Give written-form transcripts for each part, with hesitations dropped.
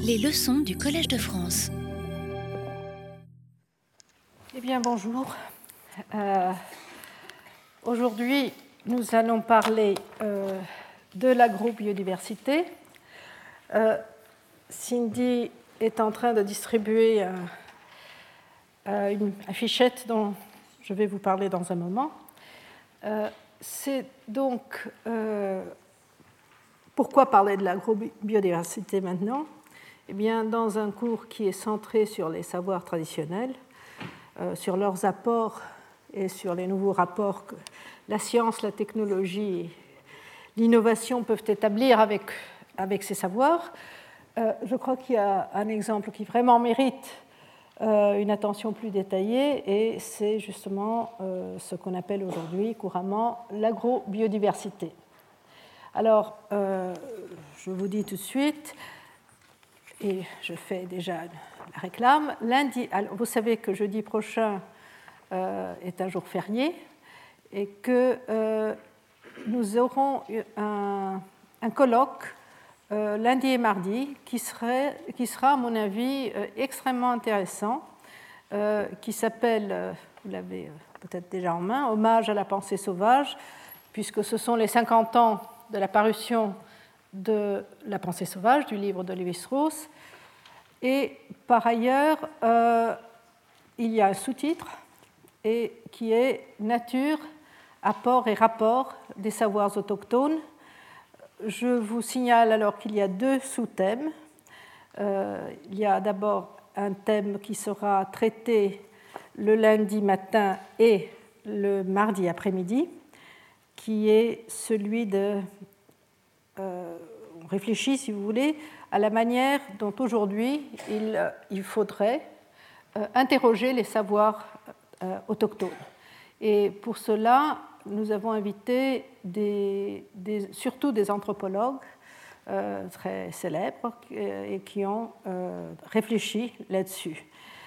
Les leçons du Collège de France. Eh bien, bonjour. Aujourd'hui, nous allons parler de l'agrobiodiversité. Cindy est en train de distribuer une affichette dont je vais vous parler dans un moment. C'est donc pourquoi parler de l'agrobiodiversité maintenant ? Eh bien, dans un cours qui est centré sur les savoirs traditionnels, sur leurs apports et sur les nouveaux rapports que la science, la technologie et l'innovation peuvent établir avec ces savoirs, je crois qu'il y a un exemple qui vraiment mérite une attention plus détaillée, et c'est justement ce qu'on appelle aujourd'hui couramment l'agrobiodiversité. Alors, je vous dis tout de suite, et je fais déjà la réclame, lundi, alors vous savez que jeudi prochain est un jour férié et que nous aurons un colloque lundi et mardi qui sera, à mon avis, extrêmement intéressant, qui s'appelle, vous l'avez peut-être déjà en main, Hommage à la pensée sauvage, puisque ce sont les 50 ans de la parution de La pensée sauvage, du livre de Lévi-Strauss. Et par ailleurs, il y a un sous-titre qui est Nature, apport et rapport des savoirs autochtones. Je vous signale alors qu'il y a deux sous-thèmes. Il y a d'abord un thème qui sera traité le lundi matin et le mardi après-midi, qui est celui de... on réfléchit, si vous voulez, à la manière dont aujourd'hui il faudrait interroger les savoirs autochtones. Et pour cela, nous avons invité surtout des anthropologues très célèbres et qui ont réfléchi là-dessus.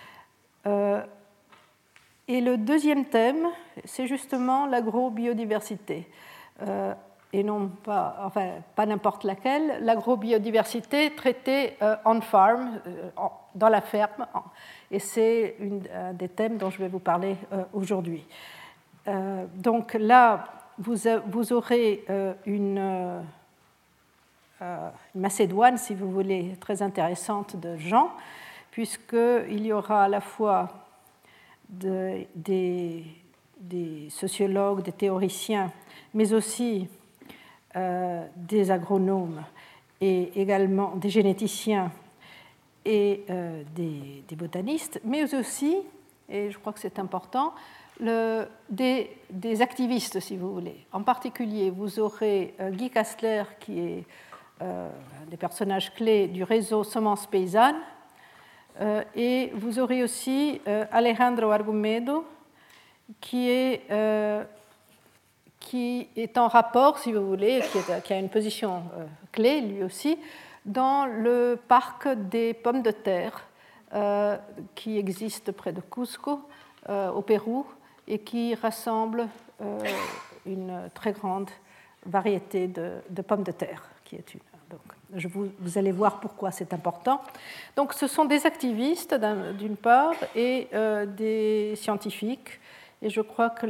Et le deuxième thème, c'est justement l'agrobiodiversité. Et non pas n'importe laquelle, l'agrobiodiversité traitée on-farm, dans la ferme. Et c'est un des thèmes dont je vais vous parler aujourd'hui. Donc là, vous aurez une Macédoine, si vous voulez, très intéressante de Jean, puisqu'il y aura à la fois des sociologues, des théoriciens, mais aussi des agronomes et également des généticiens et des botanistes, mais aussi, et je crois que c'est important, des activistes, si vous voulez. En particulier, vous aurez Guy Kastler, qui est un des personnages clés du réseau Semences Paysannes, et vous aurez aussi Alejandro Argumedo, qui est en rapport, si vous voulez, qui a une position clé, lui aussi, dans le parc des pommes de terre qui existe près de Cusco, au Pérou, et qui rassemble une très grande variété de pommes de terre. Donc, vous allez voir pourquoi c'est important. Donc, ce sont des activistes, d'une part, et des scientifiques, et je crois que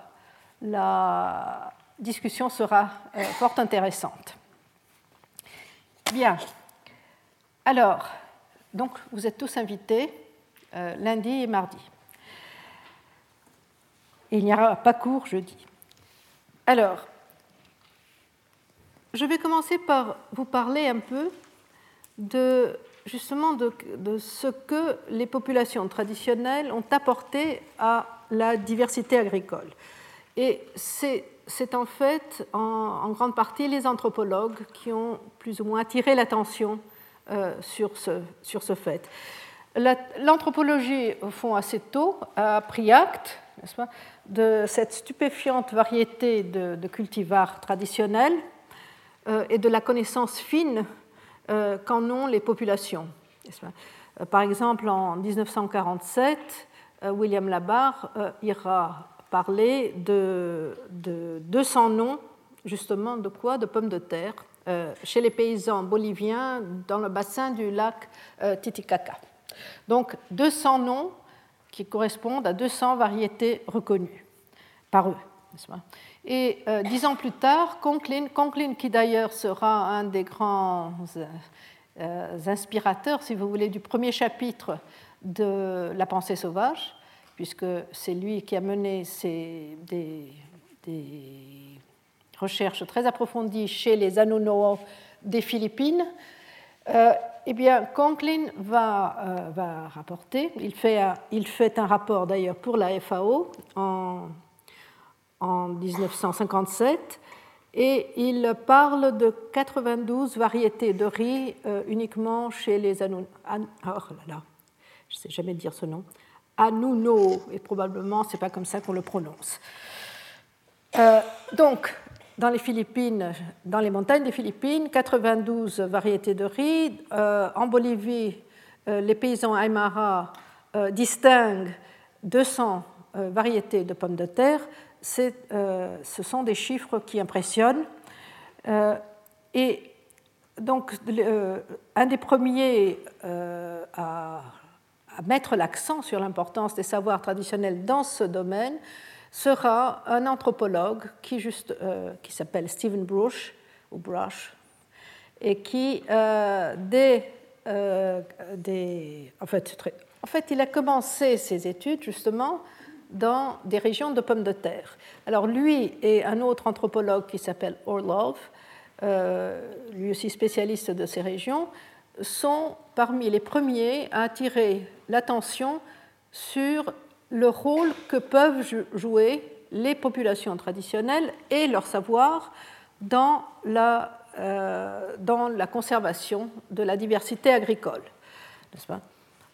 la discussion sera fort intéressante. Bien. Alors, donc, vous êtes tous invités lundi et mardi. Et il n'y aura pas cours jeudi. Alors, je vais commencer par vous parler un peu justement de ce que les populations traditionnelles ont apporté à la diversité agricole. Et c'est en fait en grande partie les anthropologues qui ont plus ou moins attiré l'attention sur ce fait. L'anthropologie, au fond, assez tôt, a pris acte, n'est-ce pas, de cette stupéfiante variété de cultivars traditionnels et de la connaissance fine qu'en ont les populations. N'est-ce pas. Par exemple, en 1947, William Labarre ira parler de 200 noms, justement, de quoi ? De pommes de terre chez les paysans boliviens dans le bassin du lac Titicaca. Donc 200 noms qui correspondent à 200 variétés reconnues par eux. Et 10 ans plus tard, Conklin, qui d'ailleurs sera un des grands inspirateurs, si vous voulez, du premier chapitre de La pensée sauvage, puisque c'est lui qui a mené des recherches très approfondies chez les Anuno'o des Philippines, eh bien, Conklin va rapporter, il fait un rapport d'ailleurs pour la FAO en 1957, et il parle de 92 variétés de riz uniquement chez les Anuno'o. Je ne sais jamais dire ce nom. Anuno'o, et probablement ce n'est pas comme ça qu'on le prononce. Donc, dans les Philippines, dans les montagnes des Philippines, 92 variétés de riz. En Bolivie, les paysans Aymara distinguent 200 variétés de pommes de terre. Ce sont des chiffres qui impressionnent. Et donc, un des premiers à mettre l'accent sur l'importance des savoirs traditionnels dans ce domaine sera un anthropologue qui s'appelle Stephen Brush, et qui, en fait, il a commencé ses études justement dans des régions de pommes de terre. Alors lui et un autre anthropologue qui s'appelle Orlov, lui aussi spécialiste de ces régions, sont parmi les premiers à attirer l'attention sur le rôle que peuvent jouer les populations traditionnelles et leur savoir dans la conservation de la diversité agricole, n'est-ce pas ?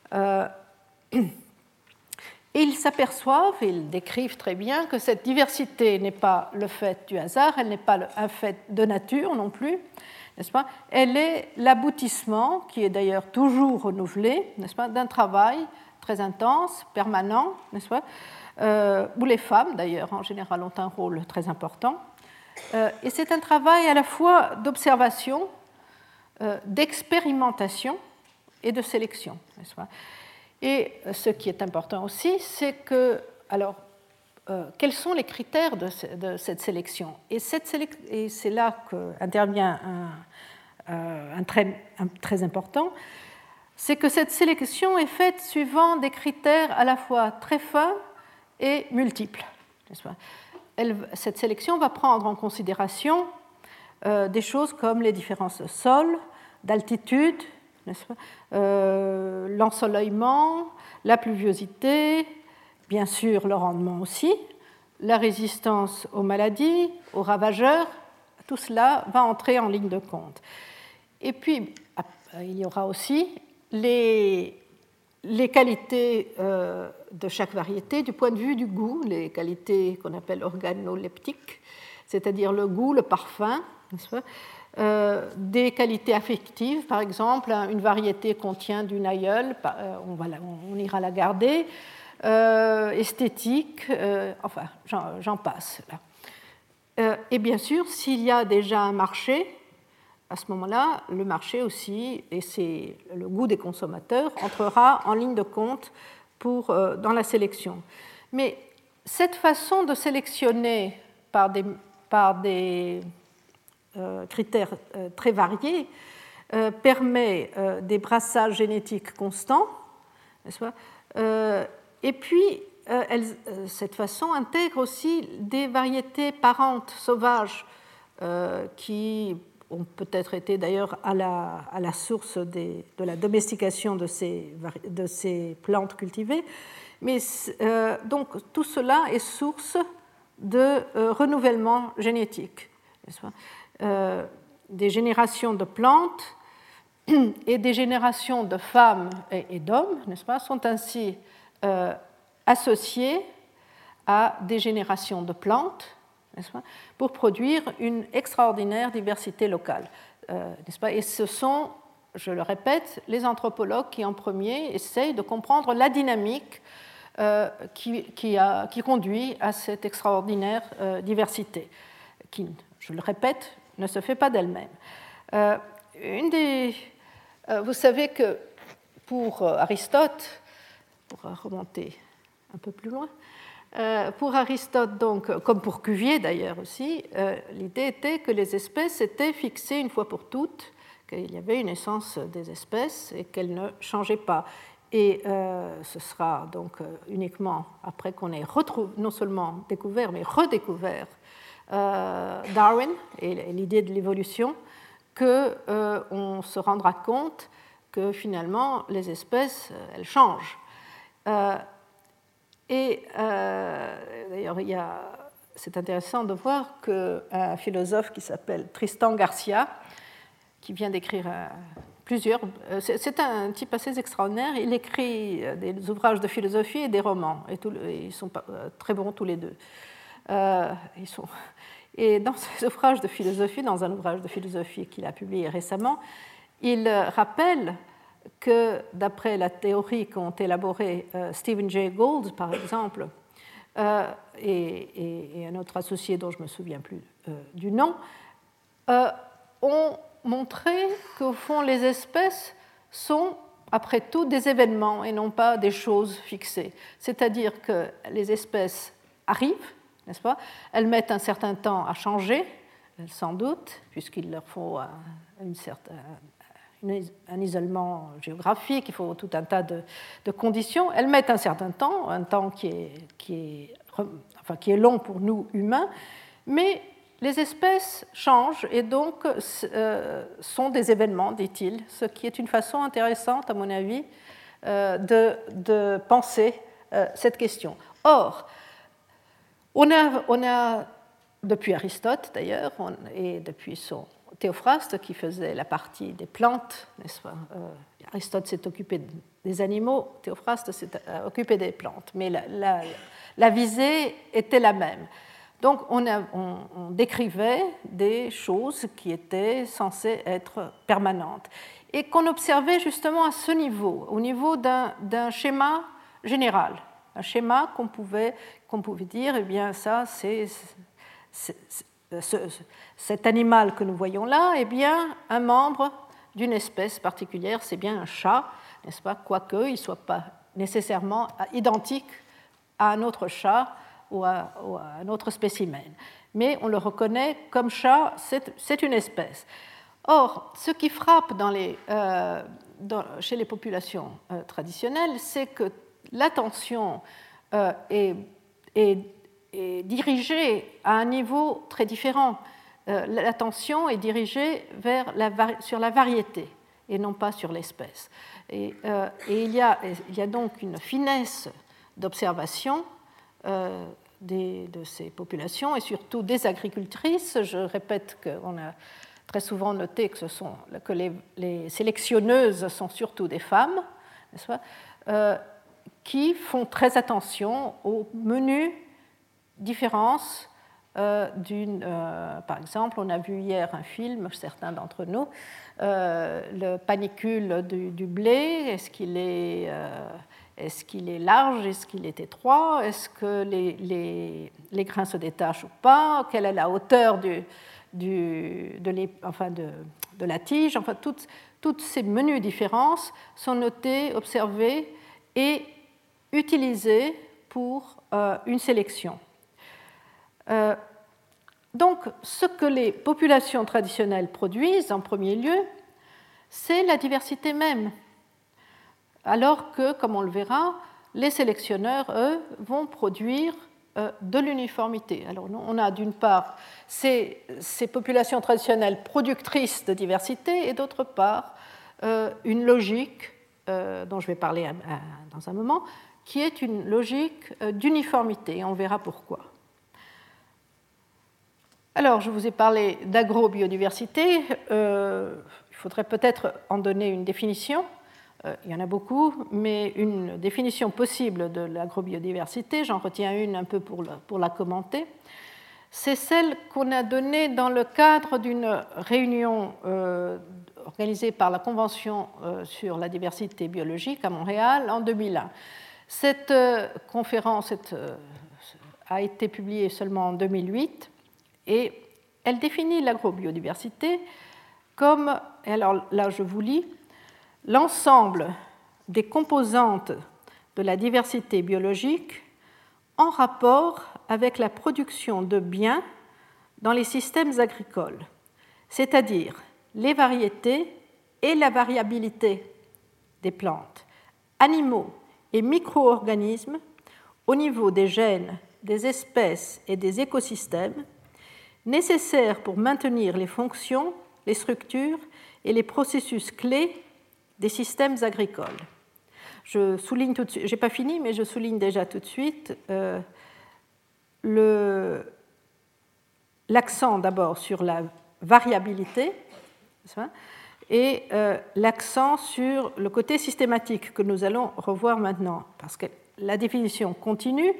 Et ils s'aperçoivent, et ils décrivent très bien que cette diversité n'est pas le fait du hasard, elle n'est pas un fait de nature non plus, n'est-ce pas ? Elle est l'aboutissement, qui est d'ailleurs toujours renouvelé, n'est-ce pas, d'un travail très intense, permanent, n'est-ce pas, où les femmes, d'ailleurs, en général, ont un rôle très important. Et c'est un travail à la fois d'observation, d'expérimentation et de sélection, n'est-ce pas ? Et ce qui est important aussi, c'est que, alors, quels sont les critères de cette sélection ? Et c'est là qu'intervient un très important, c'est que cette sélection est faite suivant des critères à la fois très fins et multiples. N'est-ce pas ? Cette sélection va prendre en considération des choses comme les différences de sol, d'altitude, n'est-ce pas ? L'ensoleillement, la pluviosité, bien sûr le rendement aussi, la résistance aux maladies, aux ravageurs, tout cela va entrer en ligne de compte. Et puis, il y aura aussi les qualités de chaque variété du point de vue du goût, les qualités qu'on appelle organoleptiques, c'est-à-dire le goût, le parfum, n'est-ce pas ? Des qualités affectives, par exemple, une variété contient d'une aïeule, on ira la garder, esthétique, enfin, j'en passe là. Et bien sûr, s'il y a déjà un marché, à ce moment-là, le marché aussi, et c'est le goût des consommateurs, entrera en ligne de compte dans la sélection. Mais cette façon de sélectionner par des critères très variés permet des brassages génétiques constants, n'est-ce pas ? Et puis, cette façon intègre aussi des variétés parentes sauvages qui ont peut-être été d'ailleurs à la source de la domestication de ces plantes cultivées. Mais donc tout cela est source de renouvellement génétique, n'est-ce pas ? Des générations de plantes et des générations de femmes et d'hommes, n'est-ce pas, sont ainsi associées à des générations de plantes, n'est-ce pas, pour produire une extraordinaire diversité locale, n'est-ce pas ? Et ce sont, je le répète, les anthropologues qui en premier essayent de comprendre la dynamique qui conduit à cette extraordinaire diversité, qui, je le répète, ne se fait pas d'elle-même. Vous savez que pour Aristote, pour remonter un peu plus loin, pour Aristote, donc, comme pour Cuvier d'ailleurs aussi, l'idée était que les espèces étaient fixées une fois pour toutes, qu'il y avait une essence des espèces et qu'elles ne changeaient pas. Et ce sera donc uniquement après qu'on ait non seulement découvert, mais redécouvert Darwin et l'idée de l'évolution, qu'on se rendra compte que finalement les espèces, elles changent. D'ailleurs, c'est intéressant de voir qu'un philosophe qui s'appelle Tristan Garcia, qui vient d'écrire plusieurs... C'est un type assez extraordinaire. Il écrit des ouvrages de philosophie et des romans. Et ils sont très bons tous les deux. Et dans ses ouvrages de philosophie, dans un ouvrage de philosophie qu'il a publié récemment, il rappelle que, d'après la théorie qu'ont élaborée Stephen Jay Gould, par exemple, et un autre associé dont je ne me souviens plus du nom, ont montré qu'au fond, les espèces sont, après tout, des événements et non pas des choses fixées. C'est-à-dire que les espèces arrivent, n'est-ce pas ? Elles mettent un certain temps à changer, sans doute, puisqu'il leur faut un isolement géographique, il faut tout un tas de conditions. Elles mettent un certain temps, un temps qui est long pour nous humains, mais les espèces changent et donc sont des événements, dit-il, ce qui est une façon intéressante, à mon avis, de penser cette question. Or, on a depuis Aristote d'ailleurs, et depuis son Théophraste qui faisait la partie des plantes, n'est-ce pas ? Aristote s'est occupé des animaux, Théophraste s'est occupé des plantes, mais la visée était la même. Donc on décrivait des choses qui étaient censées être permanentes et qu'on observait justement à ce niveau, au niveau d'un schéma général, un schéma qu'on pouvait dire, eh bien ça c'est cet animal que nous voyons là est bien un membre d'une espèce particulière, c'est bien un chat, n'est-ce pas, quoique il ne soit pas nécessairement identique à un autre chat ou à un autre spécimen. Mais on le reconnaît comme chat, c'est une espèce. Or, ce qui frappe chez les populations traditionnelles, c'est que l'attention est dirigée à un niveau très différent. L'attention est dirigée sur la variété et non pas sur l'espèce. Et il y a donc une finesse d'observation de ces populations et surtout des agricultrices. Je répète qu'on a très souvent noté que les sélectionneuses sont surtout des femmes, n'est-ce pas, qui font très attention aux menues différences par exemple, on a vu hier un film, certains d'entre nous, le panicule du blé, est-ce qu'il est large, est-ce qu'il est étroit, est-ce que les grains se détachent ou pas, quelle est la hauteur de la tige, enfin toutes ces menues différences sont notées, observées et utilisées pour une sélection. Donc, ce que les populations traditionnelles produisent en premier lieu, c'est la diversité même. Alors que, comme on le verra, les sélectionneurs, eux, vont produire de l'uniformité. Alors, on a d'une part ces populations traditionnelles productrices de diversité et d'autre part une logique, dont je vais parler dans un moment, qui est une logique d'uniformité. On verra pourquoi. Alors, je vous ai parlé d'agrobiodiversité. Il faudrait peut-être en donner une définition. Il y en a beaucoup, mais une définition possible de l'agrobiodiversité, j'en retiens une un peu pour la commenter, c'est celle qu'on a donnée dans le cadre d'une réunion organisée par la Convention sur la diversité biologique à Montréal en 2001. Cette conférence a été publiée seulement en 2008 et elle définit l'agrobiodiversité comme, et alors là je vous lis, l'ensemble des composantes de la diversité biologique en rapport avec la production de biens dans les systèmes agricoles, c'est-à-dire les variétés et la variabilité des plantes, animaux et micro-organismes au niveau des gènes, des espèces et des écosystèmes nécessaires pour maintenir les fonctions, les structures et les processus clés des systèmes agricoles. Je souligne tout de suite, je n'ai pas fini, mais je souligne déjà tout de suite l'accent d'abord sur la variabilité et l'accent sur le côté systématique que nous allons revoir maintenant, parce que la définition continue,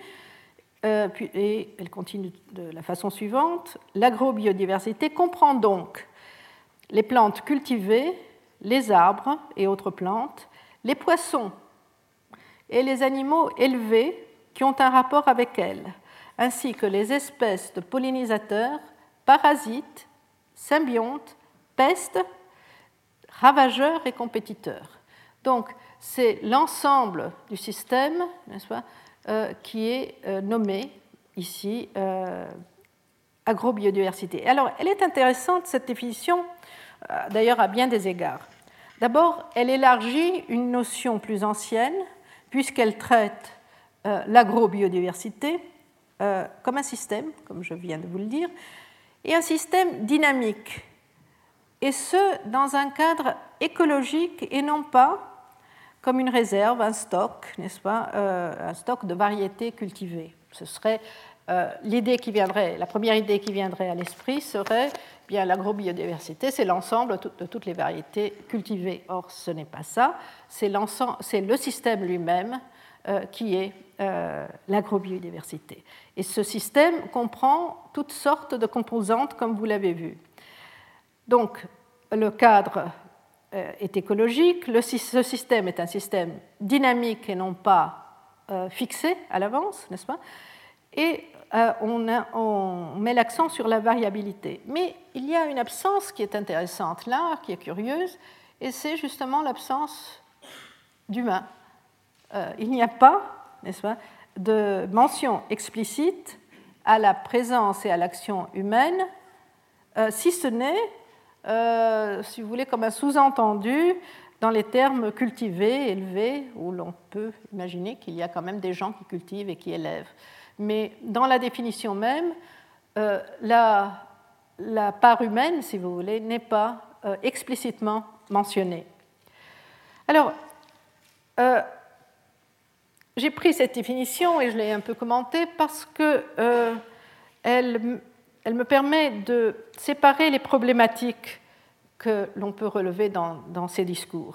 et elle continue de la façon suivante. L'agrobiodiversité comprend donc les plantes cultivées, les arbres et autres plantes, les poissons et les animaux élevés qui ont un rapport avec elles, ainsi que les espèces de pollinisateurs, parasites, symbiontes, pestes, ravageurs et compétiteurs. Donc, c'est l'ensemble du système, n'est-ce pas, qui est nommé ici agrobiodiversité. Alors, elle est intéressante, cette définition, d'ailleurs à bien des égards. D'abord, elle élargit une notion plus ancienne, puisqu'elle traite l'agrobiodiversité comme un système, comme je viens de vous le dire, et un système dynamique, et ce, dans un cadre écologique et non pas comme une réserve, un stock, n'est-ce pas, un stock de variétés cultivées. Ce serait l'idée qui viendrait, la première idée qui viendrait à l'esprit serait bien l'agrobiodiversité, c'est l'ensemble de toutes les variétés cultivées. Or, ce n'est pas ça, c'est le système lui-même qui est l'agrobiodiversité. Et ce système comprend toutes sortes de composantes, comme vous l'avez vu. Donc, le cadre est écologique, ce système est un système dynamique et non pas fixé à l'avance, n'est-ce pas? Et on met l'accent sur la variabilité. Mais il y a une absence qui est intéressante là, qui est curieuse, et c'est justement l'absence d'humain. Il n'y a pas, n'est-ce pas, de mention explicite à la présence et à l'action humaine, si ce n'est, si vous voulez, comme un sous-entendu dans les termes cultivés, élevés, où l'on peut imaginer qu'il y a quand même des gens qui cultivent et qui élèvent. Mais dans la définition même, la part humaine, si vous voulez, n'est pas explicitement mentionnée. Alors, j'ai pris cette définition et je l'ai un peu commentée parce qu'elle me permet de séparer les problématiques que l'on peut relever dans ces discours.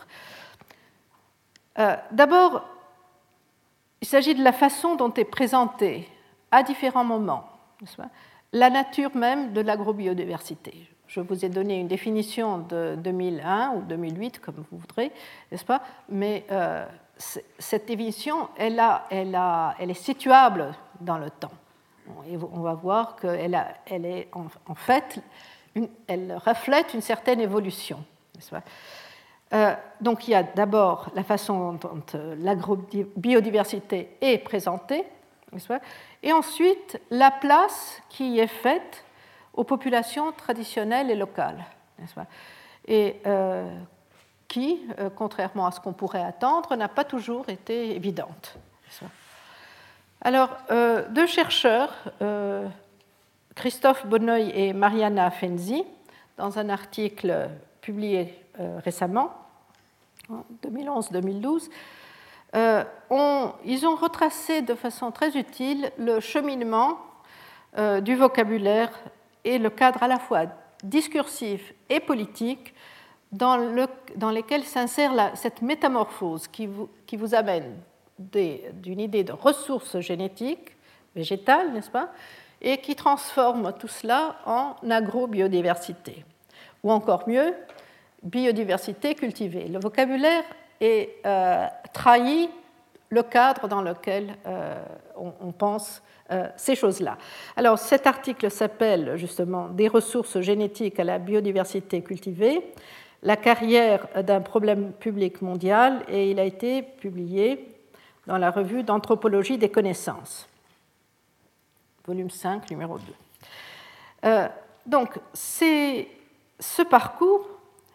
D'abord, il s'agit de la façon dont est présentée, à différents moments, n'est-ce pas, la nature même de l'agrobiodiversité. Je vous ai donné une définition de 2001 ou 2008, comme vous voudrez, n'est-ce pas, mais cette définition, elle est situable dans le temps. Et on va voir qu'elle est en fait, elle reflète une certaine évolution, n'est-ce pas? Donc il y a d'abord la façon dont l'agrobiodiversité est présentée, n'est-ce pas? Et ensuite la place qui est faite aux populations traditionnelles et locales, n'est-ce pas? Et qui, contrairement à ce qu'on pourrait attendre, n'a pas toujours été évidente, n'est-ce pas? Alors, deux chercheurs, Christophe Bonneuil et Mariana Fenzi, dans un article publié récemment, en 2011-2012, ils ont retracé de façon très utile le cheminement du vocabulaire et le cadre à la fois discursif et politique dans lesquels s'insère cette métamorphose qui vous amène d'une idée de ressources génétiques, végétales, n'est-ce pas, et qui transforme tout cela en agrobiodiversité, ou encore mieux, biodiversité cultivée. Le vocabulaire est trahi le cadre dans lequel on pense ces choses-là. Alors cet article s'appelle justement « Des ressources génétiques à la biodiversité cultivée, la carrière d'un problème public mondial » et il a été publié dans la revue d'anthropologie des connaissances, volume 5, numéro 2. Donc ce parcours,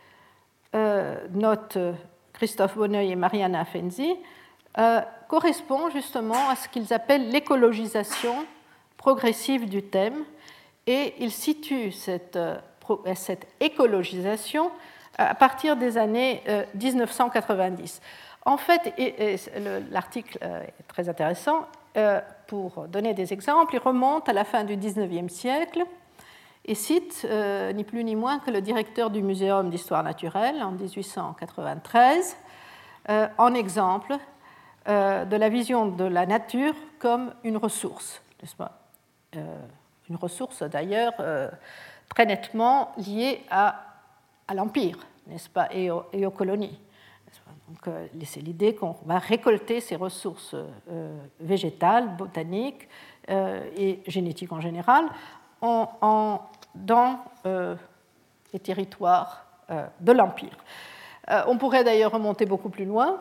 note Christophe Bonneuil et Mariana Afenzi, correspond justement à ce qu'ils appellent l'écologisation progressive du thème, et ils situent cette écologisation à partir des années 1990. En fait, l'article est très intéressant. Pour donner des exemples, il remonte à la fin du XIXe siècle et cite ni plus ni moins que le directeur du Muséum d'histoire naturelle en 1893 en exemple de la vision de la nature comme une ressource, n'est-ce pas ? Une ressource d'ailleurs très nettement liée à l'Empire, n'est-ce pas, et aux colonies. Donc, c'est l'idée qu'on va récolter ces ressources végétales, botaniques et génétiques en général dans les territoires de l'Empire. On pourrait d'ailleurs remonter beaucoup plus loin,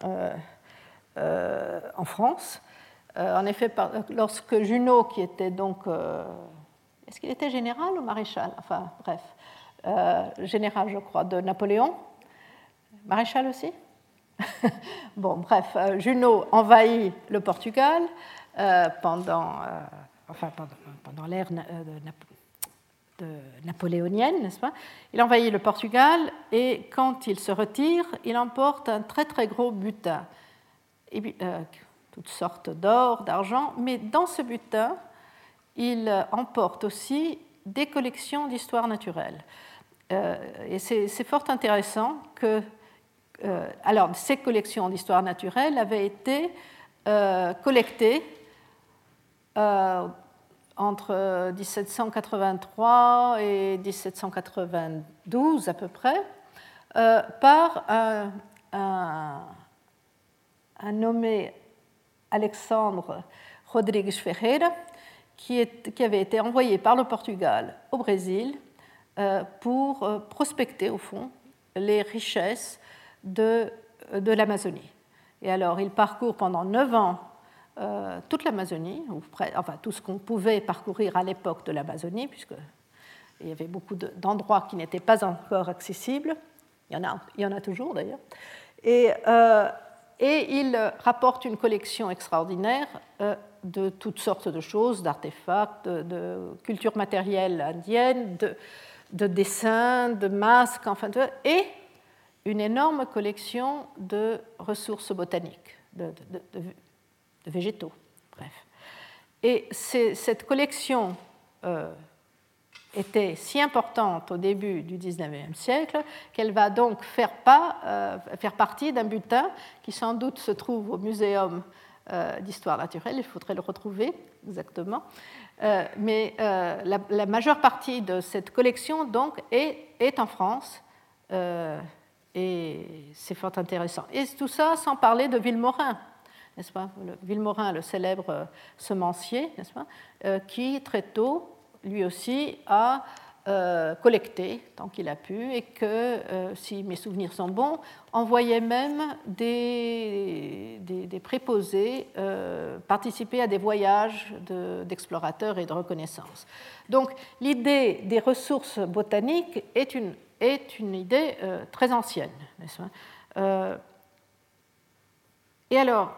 en France. En effet, lorsque Junot, qui était donc... est-ce qu'il était général ou maréchal ? Enfin, bref, général, je crois, de Napoléon. Maréchal aussi ? Bon, bref, Junot envahit le Portugal pendant l'ère napoléonienne, n'est-ce pas ? Il envahit le Portugal et quand il se retire, il emporte un très très gros butin, toutes sortes d'or, d'argent, mais dans ce butin, il emporte aussi des collections d'histoire naturelle. Et c'est fort intéressant que alors, ces collections d'histoire naturelle avaient été collectées entre 1783 et 1792 à peu près par un nommé Alexandre Rodrigues Ferreira qui avait été envoyé par le Portugal au Brésil pour prospecter au fond les richesses de l'Amazonie. Et alors, il parcourt pendant 9 ans toute l'Amazonie, enfin tout ce qu'on pouvait parcourir à l'époque de l'Amazonie, puisqu'il y avait beaucoup d'endroits qui n'étaient pas encore accessibles. Il y en a toujours d'ailleurs. Et il rapporte une collection extraordinaire de toutes sortes de choses, d'artefacts, de cultures matérielles indiennes, de dessins, de masques, enfin, et une énorme collection de ressources botaniques, de végétaux, bref. Et cette collection était si importante au début du XIXe siècle qu'elle va donc faire partie d'un butin qui sans doute se trouve au Muséum d'histoire naturelle, il faudrait le retrouver exactement. Mais la majeure partie de cette collection donc, est en France. Et c'est fort intéressant. Et tout ça sans parler de Vilmorin, n'est-ce pas ? Vilmorin, le célèbre semencier, n'est-ce pas ? Qui très tôt, lui aussi, a collecté tant qu'il a pu et que, si mes souvenirs sont bons, envoyait même des préposés participer à des voyages d'explorateurs et de reconnaissance. Donc l'idée des ressources botaniques est une idée très ancienne, n'est-ce pas ? Et alors,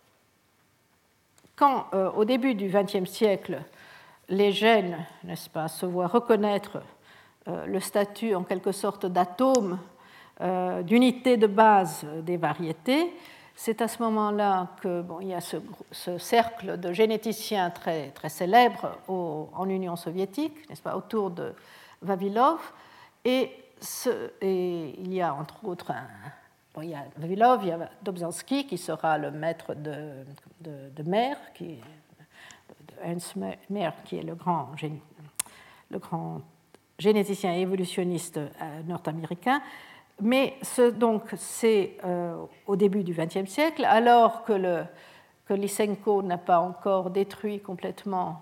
quand au début du XXe siècle, les gènes, n'est-ce pas, se voient reconnaître le statut en quelque sorte d'atome, d'unité de base des variétés, c'est à ce moment-là qu'il y a ce cercle de généticiens très, très célèbres en Union soviétique, n'est-ce pas, autour de Vavilov, et il y a entre autres il y a Vavilov, il y a Dobzhansky qui sera le maître de Mayr, de Ernst Mayr, qui est le grand généticien et évolutionniste nord-américain. Mais donc, c'est au début du XXe siècle, alors que Lysenko n'a pas encore détruit complètement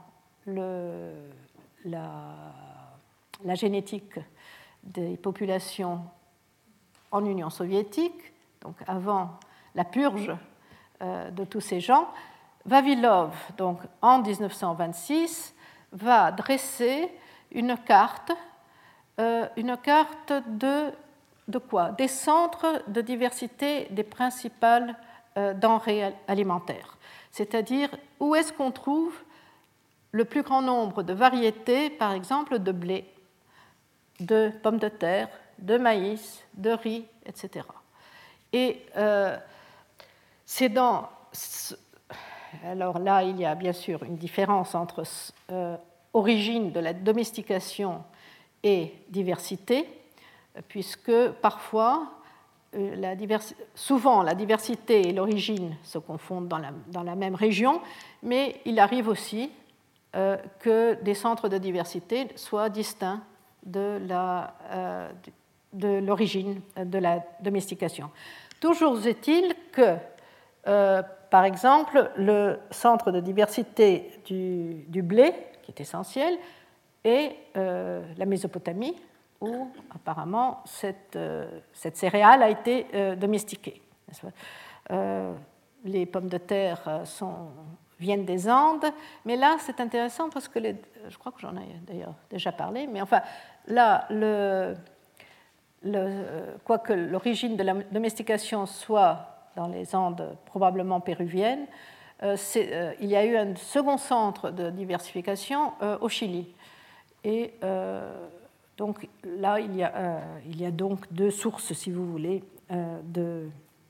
la génétique des populations en Union soviétique, donc avant la purge de tous ces gens. Vavilov, donc en 1926, va dresser une carte de quoi? Des centres de diversité des principales denrées alimentaires. C'est-à-dire où est-ce qu'on trouve le plus grand nombre de variétés, par exemple, de blé, de pommes de terre, de maïs, de riz, etc. Et c'est dans... Alors là, il y a bien sûr une différence entre origine de la domestication et diversité, puisque parfois, souvent la diversité et l'origine se confondent dans la même région, mais il arrive aussi que des centres de diversité soient distincts de l'origine de la domestication. Toujours est-il que, par exemple, le centre de diversité du blé, qui est essentiel, est la Mésopotamie, où apparemment cette céréale a été domestiquée. Les pommes de terre viennent des Andes, mais là c'est intéressant parce que je crois que j'en ai d'ailleurs déjà parlé, mais enfin là, quoique l'origine de la domestication soit dans les Andes probablement péruviennes, il y a eu un second centre de diversification au Chili. Et donc là, il y a donc deux sources, si vous voulez, de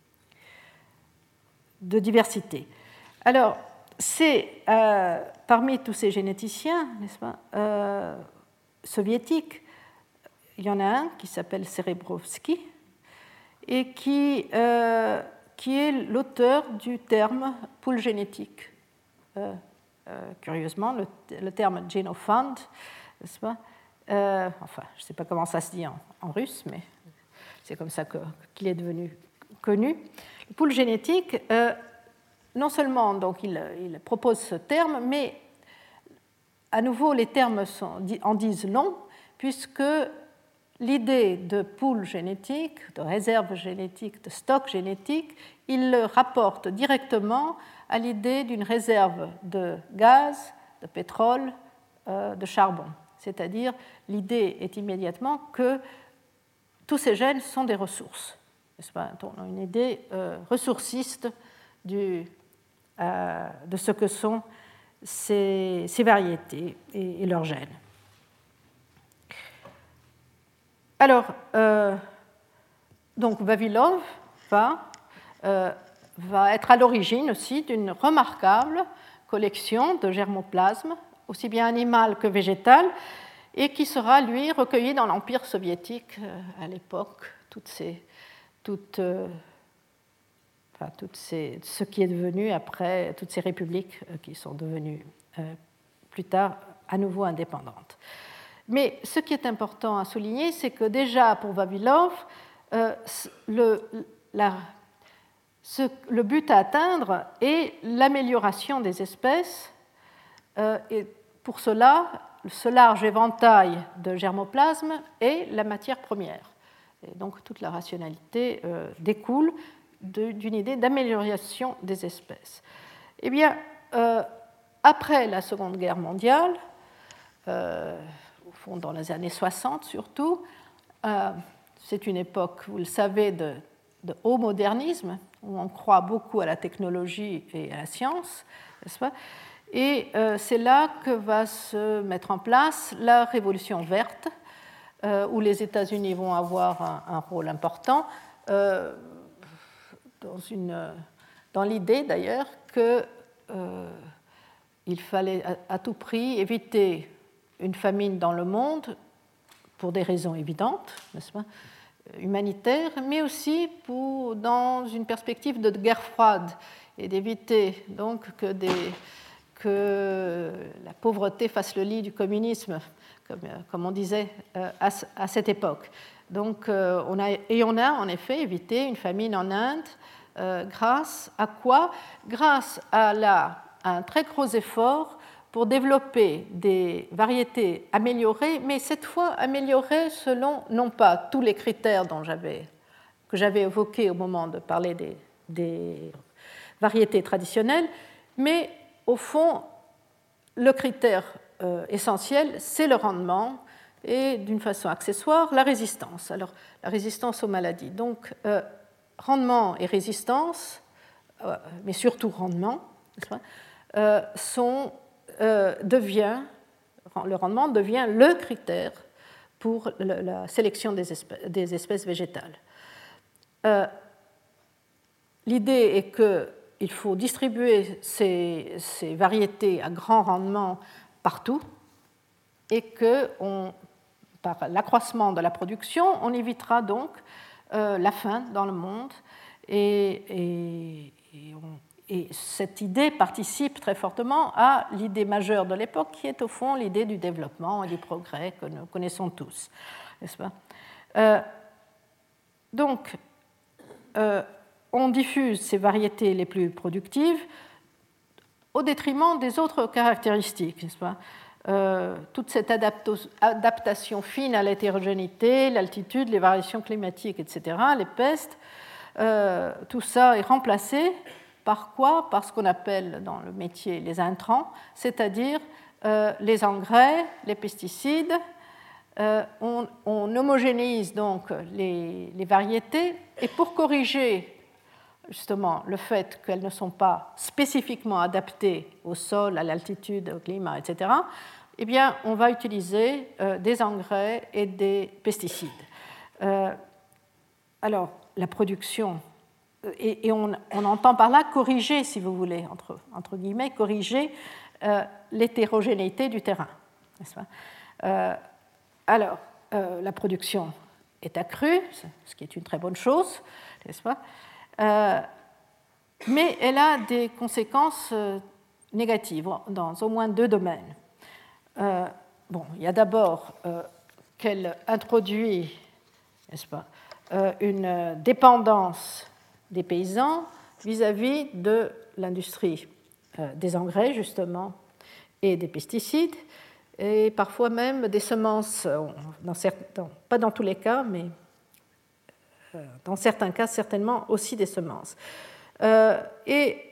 diversité. Alors, c'est parmi tous ces généticiens, n'est-ce pas, soviétiques, il y en a un qui s'appelle Serebrovsky et qui est l'auteur du terme pool génétique. Curieusement, le terme génophond, n'est-ce pas, enfin, je ne sais pas comment ça se dit en russe, mais c'est comme ça qu'il est devenu connu. Le pool génétique, non seulement donc, il propose ce terme, mais à nouveau, les termes en disent long, puisque l'idée de pool génétique, de réserve génétique, de stock génétique, il le rapporte directement à l'idée d'une réserve de gaz, de pétrole, de charbon. C'est-à-dire, l'idée est immédiatement que tous ces gènes sont des ressources. N'est-ce pas? On a une idée ressourciste de ce que sont ces variétés et leurs gènes. Alors, donc Vavilov va être à l'origine aussi d'une remarquable collection de germoplasme, aussi bien animal que végétal, et qui sera, lui, recueilli dans l'Empire soviétique à l'époque, ce qui est devenu après, toutes ces républiques qui sont devenues plus tard à nouveau indépendantes. Mais ce qui est important à souligner, c'est que déjà pour Vavilov, le but à atteindre est l'amélioration des espèces, et pour cela, ce large éventail de germoplasme est la matière première. Et donc toute la rationalité découle d'une idée d'amélioration des espèces. Eh bien, après la Seconde Guerre mondiale, au fond dans les années 60 surtout, c'est une époque, vous le savez, de haut modernisme, où on croit beaucoup à la technologie et à la science, n'est-ce pas? Et c'est là que va se mettre en place la révolution verte, où les États-Unis vont avoir un rôle important, dans l'idée d'ailleurs qu'il fallait à tout prix éviter une famine dans le monde pour des raisons évidentes, n'est-ce pas, humanitaires, mais aussi dans une perspective de guerre froide et d'éviter donc que la pauvreté fasse le lit du communisme, comme on disait à cette époque. Donc, on a en effet évité une famine en Inde grâce à quoi? Grâce à un très gros effort pour développer des variétés améliorées, mais cette fois améliorées selon non pas tous les critères que j'avais évoqués au moment de parler des variétés traditionnelles, mais au fond, le critère essentiel, c'est le rendement et d'une façon accessoire, la résistance. Alors, la résistance aux maladies. Donc, rendement et résistance, mais surtout rendement, le rendement devient le critère pour la sélection des espèces végétales. L'idée est qu'il faut distribuer ces variétés à grand rendement partout et que, par l'accroissement de la production, on évitera donc la faim dans le monde et cette idée participe très fortement à l'idée majeure de l'époque, qui est au fond l'idée du développement et du progrès que nous connaissons tous, n'est-ce pas? Donc, on diffuse ces variétés les plus productives au détriment des autres caractéristiques, n'est-ce pas? Toute cette adaptation fine à l'hétérogénéité, l'altitude, les variations climatiques, etc., les pestes, tout ça est remplacé par quoi? Par ce qu'on appelle dans le métier les intrants, c'est-à-dire les engrais, les pesticides. On homogénéise donc les variétés, et pour corriger justement le fait qu'elles ne sont pas spécifiquement adaptées au sol, à l'altitude, au climat, etc., eh bien, on va utiliser des engrais et des pesticides. Alors, la production, et on entend par là corriger, si vous voulez, entre guillemets, corriger l'hétérogénéité du terrain, n'est-ce pas? Alors, la production est accrue, ce qui est une très bonne chose, n'est-ce pas? Mais elle a des conséquences négatives dans au moins deux domaines. Il y a d'abord qu'elle introduit, n'est-ce pas, une dépendance des paysans vis-à-vis de l'industrie des engrais, justement, et des pesticides, et parfois même des semences, pas dans tous les cas, mais dans certains cas, certainement aussi des semences. Et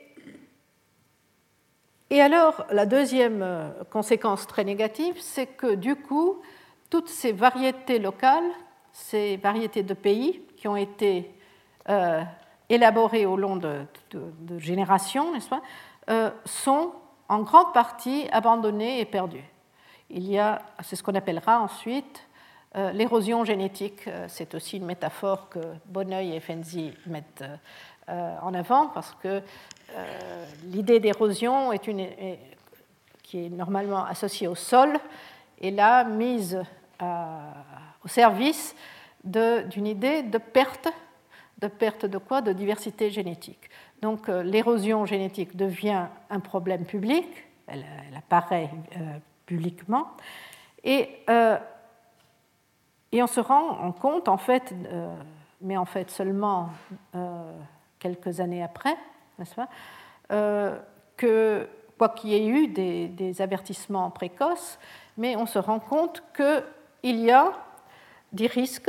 alors, la deuxième conséquence très négative, c'est que du coup, toutes ces variétés locales, ces variétés de pays qui ont été élaborées au long de générations, n'est-ce pas, sont en grande partie abandonnées et perdues. C'est ce qu'on appellera ensuite l'érosion génétique. C'est aussi une métaphore que Bonneuil et Fenzi mettent en avant, parce que l'idée d'érosion qui est normalement associée au sol est là mise au service d'une idée de perte de quoi? De diversité génétique. Donc l'érosion génétique devient un problème public, elle apparaît publiquement, et on se rend compte, en fait, mais en fait seulement quelques années après, n'est-ce pas, que, quoi qu'il y ait eu des avertissements précoces, mais on se rend compte qu'il y a des risques,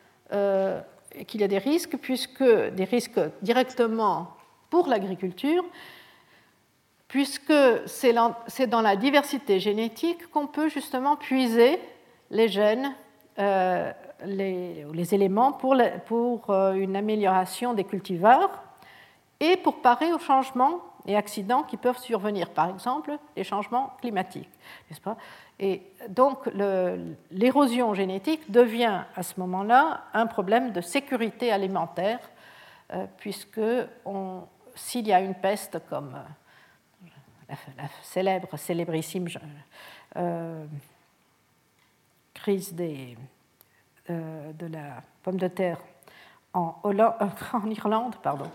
puisque des risques directement pour l'agriculture, puisque c'est dans la diversité génétique qu'on peut justement puiser les gènes, les éléments pour une amélioration des cultivars et pour parer aux changements et accidents qui peuvent survenir, par exemple les changements climatiques, n'est-ce pas? Et donc l'érosion génétique devient à ce moment-là un problème de sécurité alimentaire, puisque s'il y a une peste comme la célébrissime crise de la pomme de terre en Irlande, pardon,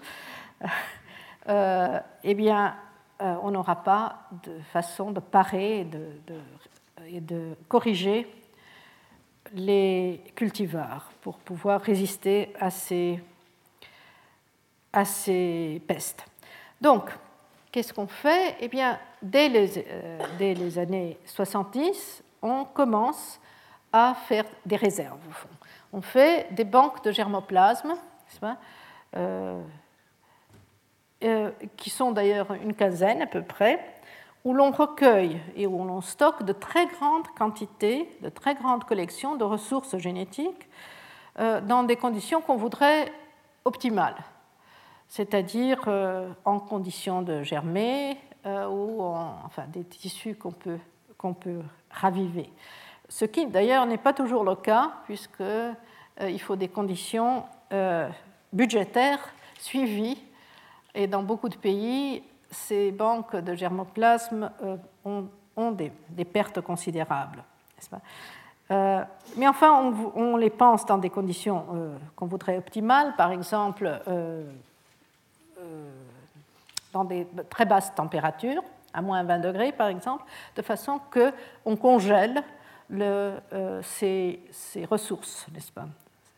eh bien, on n'aura pas de façon de parer et de corriger les cultivars pour pouvoir résister à ces pestes. Donc, qu'est-ce qu'on fait? Eh bien, dès les années 70, on commence à faire des réserves, au fond. On fait des banques de germoplasme, n'est-ce pas, qui sont d'ailleurs une quinzaine à peu près, où l'on recueille et où l'on stocke de très grandes quantités, de très grandes collections de ressources génétiques dans des conditions qu'on voudrait optimales, c'est-à-dire en conditions de germer ou enfin, des tissus qu'on peut raviver. Ce qui d'ailleurs n'est pas toujours le cas, puisqu'il faut des conditions budgétaires suivies, et dans beaucoup de pays, ces banques de germoplasme ont des pertes considérables, n'est-ce pas? Mais enfin, on les pense dans des conditions qu'on voudrait optimales, par exemple dans des très basses températures, à moins 20 degrés par exemple, de façon qu'on congèle ces ressources, n'est-ce pas,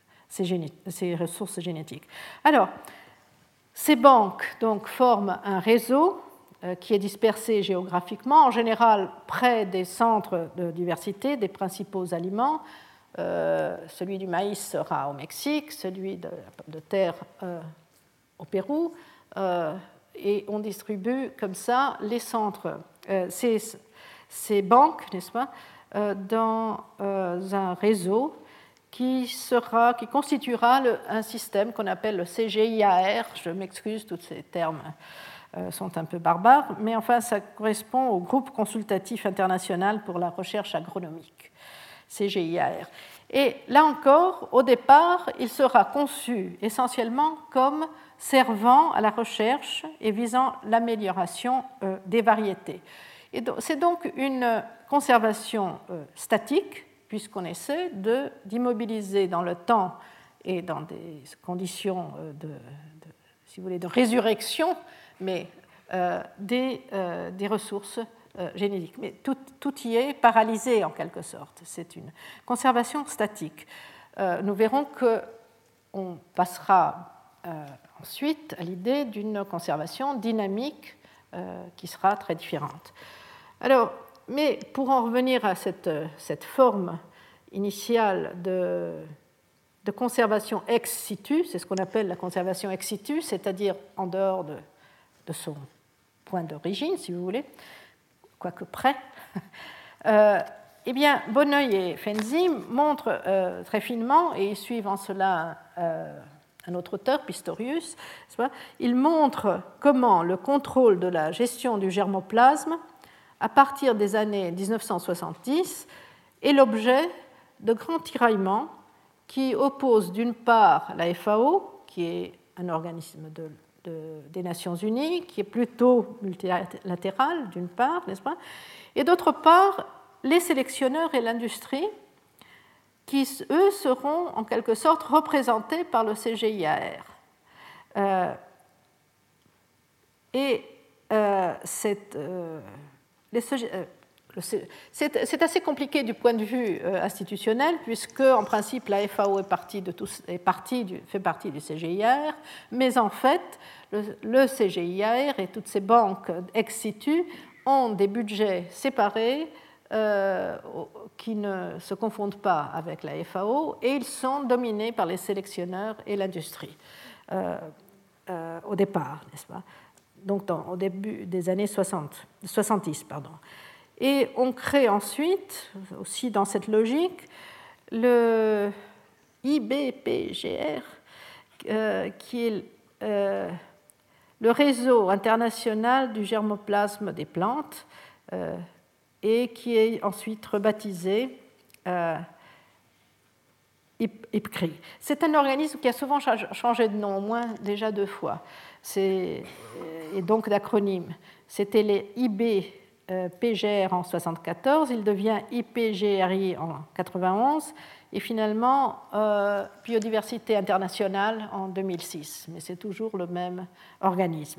ces ressources génétiques. Alors, ces banques donc, forment un réseau qui est dispersé géographiquement, en général près des centres de diversité des principaux aliments. Celui du maïs sera au Mexique, celui de terre au Pérou, et on distribue comme ça les centres, ces banques, n'est-ce pas, dans un réseau qui constituera un système qu'on appelle le CGIAR. Je m'excuse, tous ces termes sont un peu barbares, mais enfin, ça correspond au Groupe consultatif international pour la recherche agronomique, CGIAR. Et là encore, au départ, il sera conçu essentiellement comme servant à la recherche et visant l'amélioration des variétés. C'est donc une conservation statique, puisqu'on essaie d'immobiliser dans le temps et dans des conditions si vous voulez, de résurrection, mais des ressources génétiques. Mais tout y est paralysé en quelque sorte. C'est une conservation statique. Nous verrons qu'on passera ensuite à l'idée d'une conservation dynamique qui sera très différente. Alors, mais pour en revenir à cette forme initiale de conservation ex situ, c'est ce qu'on appelle la conservation ex situ, c'est-à-dire en dehors de son point d'origine, si vous voulez, quoique près, eh bien, Bonneuil et Fenzi montrent très finement, et ils suivent en cela un autre auteur, Pistorius, ils montrent comment le contrôle de la gestion du germoplasme, à partir des années 1970, est l'objet de grands tiraillements qui opposent d'une part la FAO, qui est un organisme des Nations Unies, qui est plutôt multilatéral, d'une part, n'est-ce pas, et d'autre part, les sélectionneurs et l'industrie, qui, eux, seront en quelque sorte représentés par le CGIAR. C'est assez compliqué du point de vue institutionnel, puisque, en principe, la FAO fait partie du CGIAR, mais en fait, le CGIAR et toutes ces banques ex situ ont des budgets séparés qui ne se confondent pas avec la FAO, et ils sont dominés par les sélectionneurs et l'industrie au départ, n'est-ce pas? Donc au début des années 70. Et on crée ensuite, aussi dans cette logique, le IBPGR, qui est le réseau international du germoplasme des plantes, et qui est ensuite rebaptisé IPCRI. C'est un organisme qui a souvent changé de nom, au moins déjà 2 fois, et donc d'acronyme. C'était les IBPGR en 1974, il devient IPGRI en 1991, et finalement Biodiversité internationale en 2006. Mais c'est toujours le même organisme.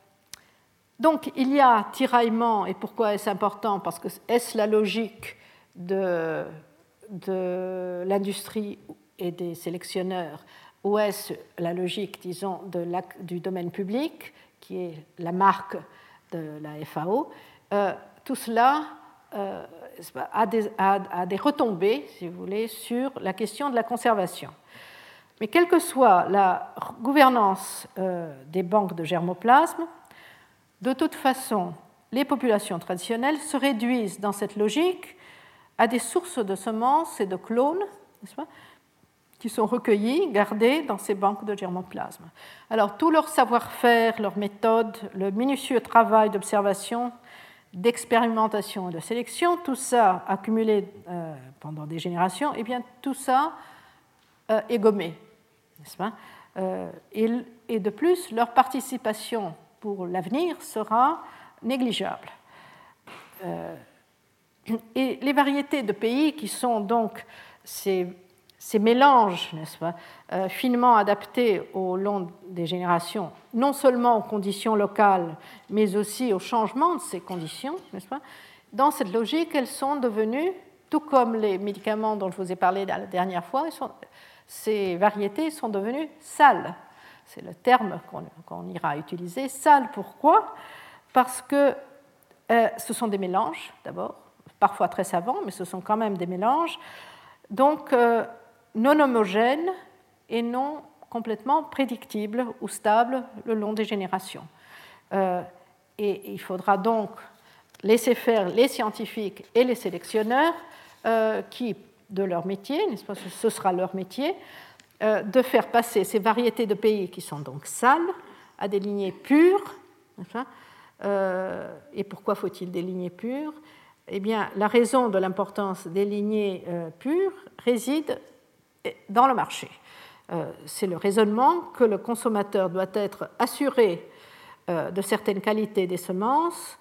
Donc il y a tiraillement, et pourquoi est-ce important? Parce que est-ce la logique de l'industrie et des sélectionneurs, ou est-ce la logique, disons, du domaine public, qui est la marque de la FAO, tout cela a des retombées, si vous voulez, sur la question de la conservation. Mais quelle que soit la gouvernance des banques de germoplasme, de toute façon, les populations traditionnelles se réduisent dans cette logique à des sources de semences et de clones, n'est-ce pas, qui sont recueillis, gardés dans ces banques de germoplasme. Alors, tout leur savoir-faire, leurs méthodes, le minutieux travail d'observation, d'expérimentation et de sélection, tout ça accumulé pendant des générations, eh bien, tout ça est gommé, n'est-ce pas ? Et de plus, leur participation pour l'avenir sera négligeable. Et les variétés de pays qui sont donc ces mélanges, n'est-ce pas, finement adaptés au long des générations, non seulement aux conditions locales, mais aussi au changement de ces conditions, n'est-ce pas, dans cette logique, elles sont devenues, tout comme les médicaments dont je vous ai parlé la dernière fois, ces variétés sont devenues sales. C'est le terme qu'on ira utiliser. Sales, pourquoi ? Parce que ce sont des mélanges, d'abord, parfois très savants, mais ce sont quand même des mélanges, donc non homogènes et non complètement prédictibles ou stables le long des générations. Et il faudra donc laisser faire les scientifiques et les sélectionneurs qui, de leur métier, n'est-ce pas, ce sera leur métier, de faire passer ces variétés de pays qui sont donc sales à des lignées pures. Et pourquoi faut-il des lignées pures ? Eh bien, la raison de l'importance des lignées pures réside dans le marché. C'est le raisonnement que le consommateur doit être assuré de certaines qualités des semences,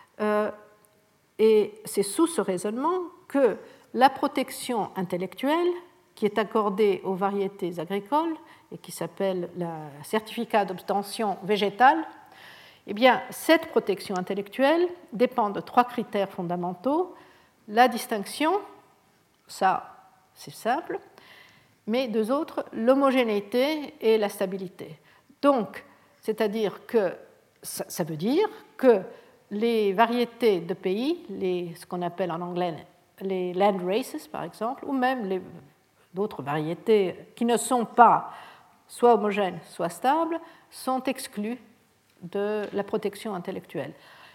et c'est sous ce raisonnement que la protection intellectuelle qui est accordée aux variétés agricoles et qui s'appelle le certificat d'obtention végétale, eh bien, cette protection intellectuelle dépend de 3 critères fondamentaux. La distinction, ça c'est simple, mais 2 autres, l'homogénéité et la stabilité. Donc, c'est-à-dire que ça veut dire que les variétés de pays, ce qu'on appelle en anglais les land races par exemple, ou même d'autres variétés qui ne sont pas soit homogènes, soit stables, sont exclues de la protection intellectuelle.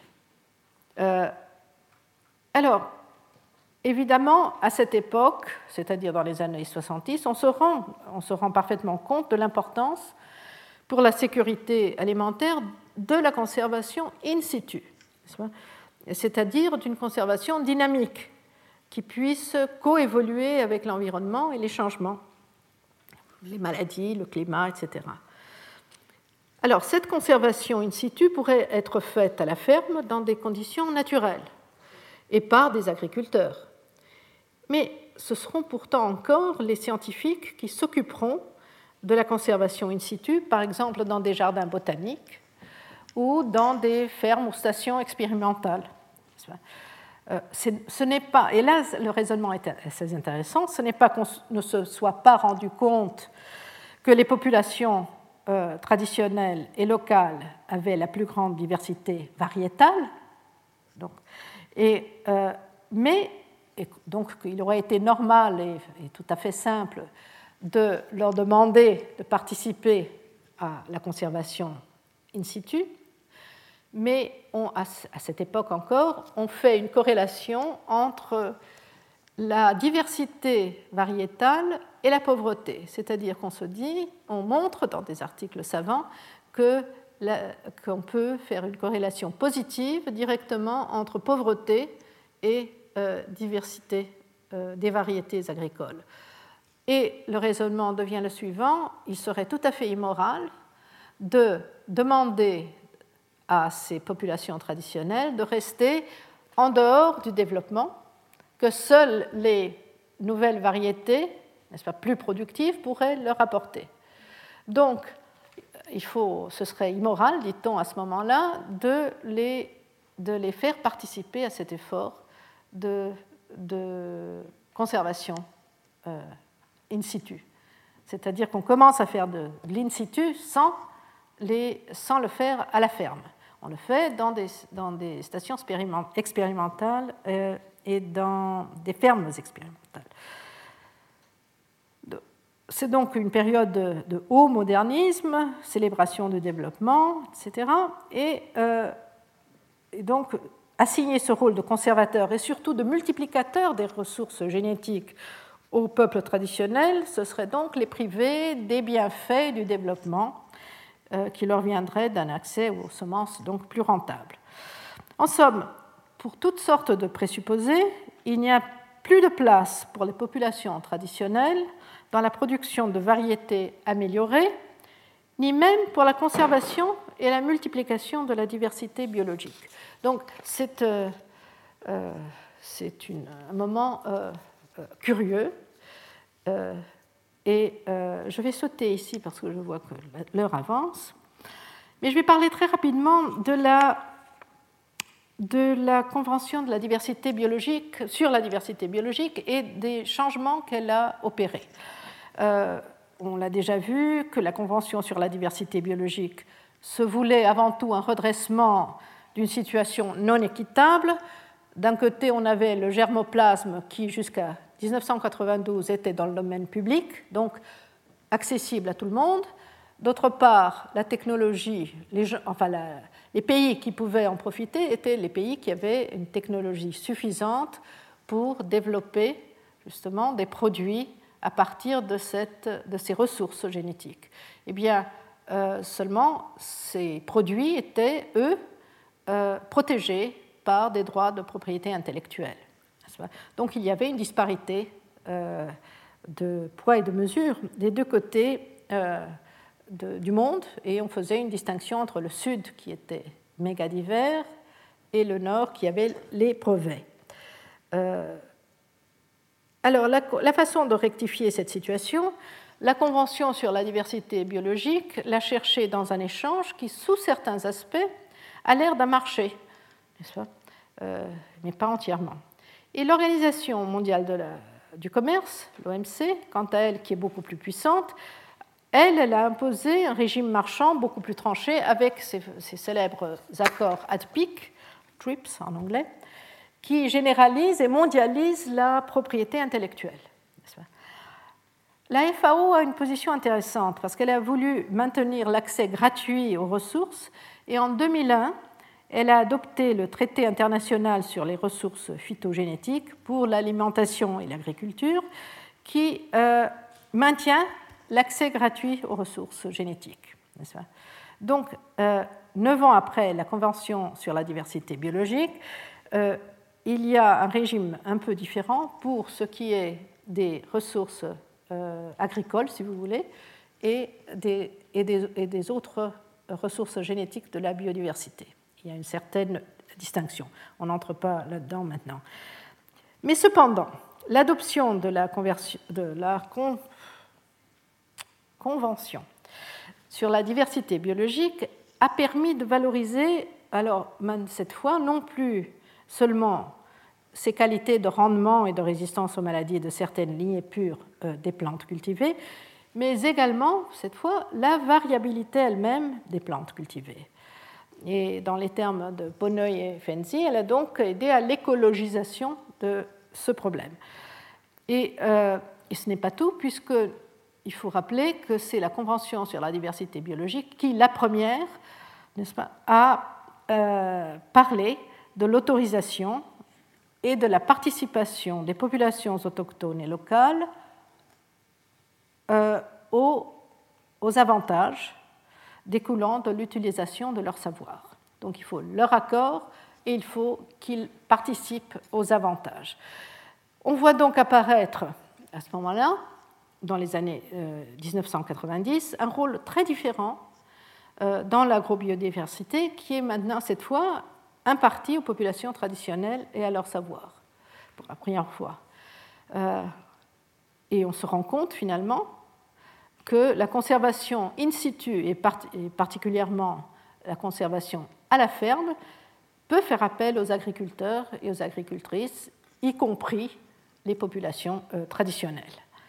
Alors, évidemment, à cette époque, c'est-à-dire dans les années 70, on se rend parfaitement compte de l'importance pour la sécurité alimentaire de la conservation in situ, c'est-à-dire d'une conservation dynamique qui puisse coévoluer avec l'environnement et les changements, les maladies, le climat, etc. Alors, cette conservation in situ pourrait être faite à la ferme dans des conditions naturelles et par des agriculteurs. Mais ce seront pourtant encore les scientifiques qui s'occuperont de la conservation in situ, par exemple dans des jardins botaniques ou dans des fermes ou stations expérimentales. Ce n'est pas, et là le raisonnement est assez intéressant, ce n'est pas qu'on ne se soit pas rendu compte que les populations traditionnelles et locales avaient la plus grande diversité variétale, mais donc il aurait été normal et tout à fait simple de leur demander de participer à la conservation in situ, mais à cette époque encore, on fait une corrélation entre la diversité variétale et la pauvreté, c'est-à-dire qu'on se dit, on montre dans des articles savants qu'on peut faire une corrélation positive directement entre pauvreté et diversité des variétés agricoles. Et le raisonnement devient le suivant, il serait tout à fait immoral de demander à ces populations traditionnelles de rester en dehors du développement, que seules les nouvelles variétés, n'est-ce pas, plus productives pourraient leur apporter. Donc, ce serait immoral, dit-on à ce moment-là, de les faire participer à cet effort de de conservation in situ. C'est-à-dire qu'on commence à faire de l'in situ sans le faire à la ferme. On le fait dans des stations expérimentales et dans des fermes expérimentales. C'est donc une période de haut modernisme, célébration du développement, etc. Et donc, assigner ce rôle de conservateur et surtout de multiplicateur des ressources génétiques au peuple traditionnel, ce serait donc les priver des bienfaits du développement qui leur viendraient d'un accès aux semences donc plus rentable. En somme, pour toutes sortes de présupposés, il n'y a plus de place pour les populations traditionnelles dans la production de variétés améliorées, ni même pour la conservation et la multiplication de la diversité biologique. Donc c'est un moment curieux, et je vais sauter ici parce que je vois que l'heure avance, mais je vais parler très rapidement de la Convention de la diversité biologique, sur la diversité biologique et des changements qu'elle a opérés. On l'a déjà vu que la Convention sur la diversité biologique se voulait avant tout un redressement d'une situation non équitable. D'un côté, on avait le germoplasme qui, jusqu'à 1992, était dans le domaine public, donc accessible à tout le monde. D'autre part, la technologie, les pays qui pouvaient en profiter étaient les pays qui avaient une technologie suffisante pour développer justement des produits à partir de ces ressources génétiques. Eh bien, seulement ces produits étaient, eux, protégés par des droits de propriété intellectuelle. Donc il y avait une disparité de poids et de mesure des deux côtés du monde, et on faisait une distinction entre le sud qui était méga divers et le nord qui avait les brevets. Alors la façon de rectifier cette situation, la Convention sur la diversité biologique l'a cherchée dans un échange qui, sous certains aspects, a l'air d'un marché, n'est-ce pas, mais pas entièrement. Et l'Organisation mondiale du commerce, l'OMC, quant à elle, qui est beaucoup plus puissante, elle a imposé un régime marchand beaucoup plus tranché avec ses célèbres accords ADPIC, TRIPS en anglais, qui généralisent et mondialisent la propriété intellectuelle. La FAO a une position intéressante parce qu'elle a voulu maintenir l'accès gratuit aux ressources, et en 2001, elle a adopté le traité international sur les ressources phytogénétiques pour l'alimentation et l'agriculture qui maintient l'accès gratuit aux ressources génétiques. Donc, 9 ans après la Convention sur la diversité biologique, il y a un régime un peu différent pour ce qui est des ressources agricoles, si vous voulez, et des autres ressources génétiques de la biodiversité. Il y a une certaine distinction. On n'entre pas là-dedans maintenant. Mais cependant, l'adoption de la Convention sur la diversité biologique a permis de valoriser, alors cette fois, non plus seulement ces qualités de rendement et de résistance aux maladies de certaines lignées pures des plantes cultivées, mais également, cette fois, la variabilité elle-même des plantes cultivées. Et dans les termes de Bonneuil et Fenzi, elle a donc aidé à l'écologisation de ce problème. Et ce n'est pas tout, puisqu'il faut rappeler que c'est la Convention sur la diversité biologique qui, la première, n'est-ce pas, a parlé de l'autorisation et de la participation des populations autochtones et locales aux avantages découlant de l'utilisation de leur savoir. Donc il faut leur accord et il faut qu'ils participent aux avantages. On voit donc apparaître à ce moment-là, dans les années 1990, un rôle très différent dans l'agrobiodiversité qui est maintenant, cette fois, imparti aux populations traditionnelles et à leur savoir, pour la première fois. Et on se rend compte, finalement, que la conservation in situ, et particulièrement la conservation à la ferme, peut faire appel aux agriculteurs et aux agricultrices y compris les populations traditionnelles.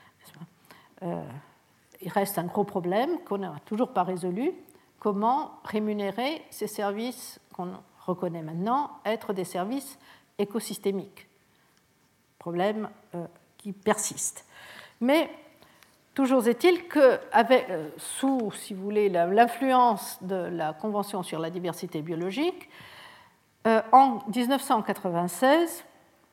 Il reste un gros problème qu'on n'a toujours pas résolu. Comment rémunérer ces services qu'on reconnaît maintenant être des services écosystémiques? Problème qui persiste. Mais toujours est-il que, sous, si vous voulez, l'influence de la Convention sur la diversité biologique, en 1996,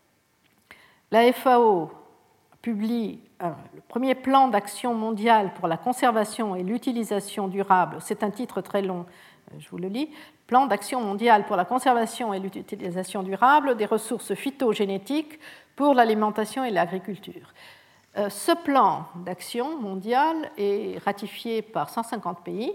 la FAO publie le premier plan d'action mondial pour la conservation et l'utilisation durable. C'est un titre très long, je vous le lis. Plan d'action mondial pour la conservation et l'utilisation durable des ressources phytogénétiques pour l'alimentation et l'agriculture. Ce plan d'action mondial est ratifié par 150 pays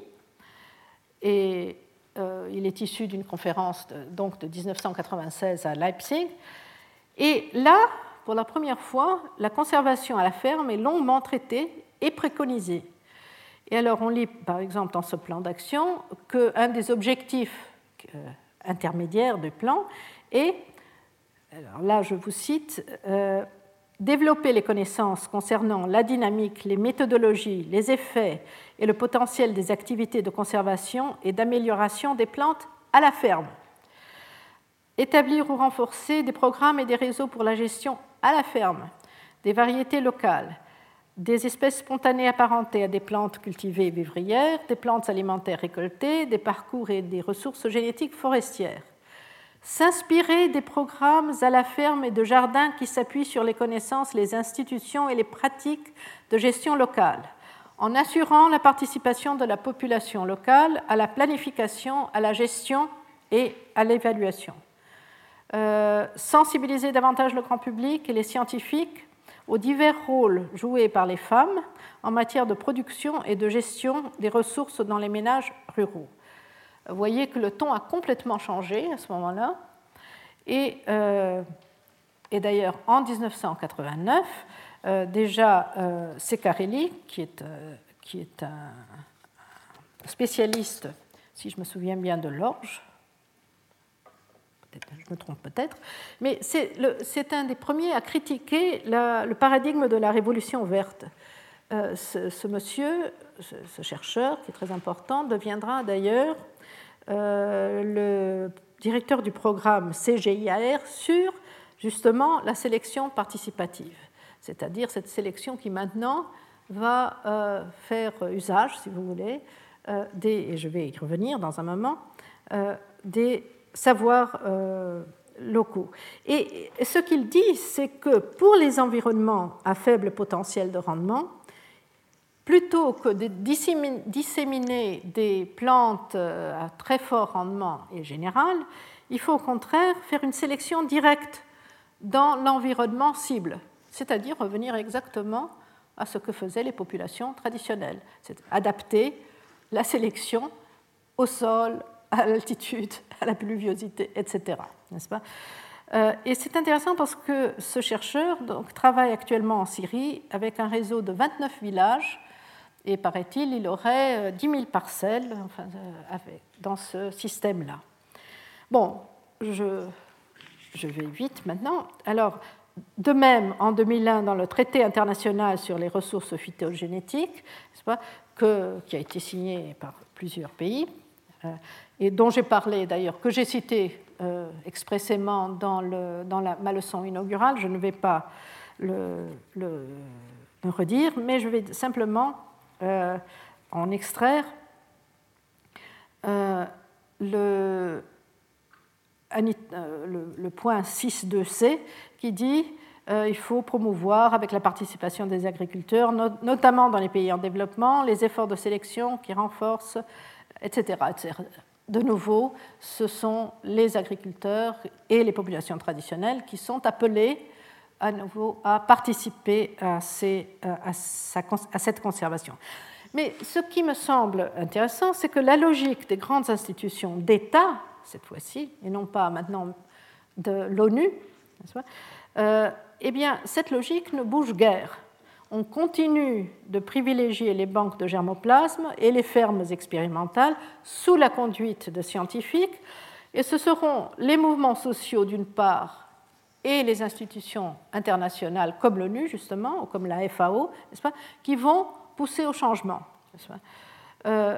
et il est issu d'une conférence donc de 1996 à Leipzig. Et là, pour la première fois, la conservation à la ferme est longuement traitée et préconisée. Et alors, on lit, par exemple, dans ce plan d'action, qu'un des objectifs intermédiaires du plan est, alors là, je vous cite, développer les connaissances concernant la dynamique, les méthodologies, les effets et le potentiel des activités de conservation et d'amélioration des plantes à la ferme. Établir ou renforcer des programmes et des réseaux pour la gestion à la ferme, des variétés locales, des espèces spontanées apparentées à des plantes cultivées et vivrières, des plantes alimentaires récoltées, des parcours et des ressources génétiques forestières. S'inspirer des programmes à la ferme et de jardins qui s'appuient sur les connaissances, les institutions et les pratiques de gestion locale, en assurant la participation de la population locale à la planification, à la gestion et à l'évaluation. Sensibiliser davantage le grand public et les scientifiques aux divers rôles joués par les femmes en matière de production et de gestion des ressources dans les ménages ruraux. Vous voyez que le ton a complètement changé à ce moment-là. Et d'ailleurs, en 1989, déjà Ceccarelli, qui est un spécialiste, si je me souviens bien, de l'orge, je me trompe peut-être, mais c'est un des premiers à critiquer le paradigme de la révolution verte. Ce monsieur, ce chercheur, qui est très important, deviendra d'ailleurs le directeur du programme CGIAR sur justement la sélection participative, c'est-à-dire cette sélection qui maintenant va faire usage, si vous voulez, et je vais y revenir dans un moment, des savoirs locaux. Et ce qu'il dit, c'est que pour les environnements à faible potentiel de rendement, plutôt que de disséminer des plantes à très fort rendement et général, il faut au contraire faire une sélection directe dans l'environnement cible, c'est-à-dire revenir exactement à ce que faisaient les populations traditionnelles, c'est adapter la sélection au sol, à l'altitude, à la pluviosité, etc. N'est-ce pas ? Et c'est intéressant parce que ce chercheur donc, travaille actuellement en Syrie avec un réseau de 29 villages et, paraît-il, il aurait 10 000 parcelles dans ce système-là. Bon, je vais vite maintenant. Alors, de même, en 2001, dans le traité international sur les ressources phytogénétiques, n'est-ce pas, qui a été signé par plusieurs pays, et dont j'ai parlé d'ailleurs, que j'ai cité expressément dans ma leçon inaugurale, je ne vais pas le redire, mais je vais simplement en extraire le point 6.2c qui dit il faut promouvoir avec la participation des agriculteurs, notamment dans les pays en développement, les efforts de sélection qui renforcent, etc., etc. De nouveau, ce sont les agriculteurs et les populations traditionnelles qui sont appelés à nouveau à participer à cette conservation. Mais ce qui me semble intéressant, c'est que la logique des grandes institutions d'État, cette fois-ci, et non pas maintenant de l'ONU, eh bien, cette logique ne bouge guère. On continue de privilégier les banques de germoplasme et les fermes expérimentales sous la conduite de scientifiques, et ce seront les mouvements sociaux, d'une part, et les institutions internationales comme l'ONU, justement, ou comme la FAO, n'est-ce pas, qui vont pousser au changement. N'est-ce pas.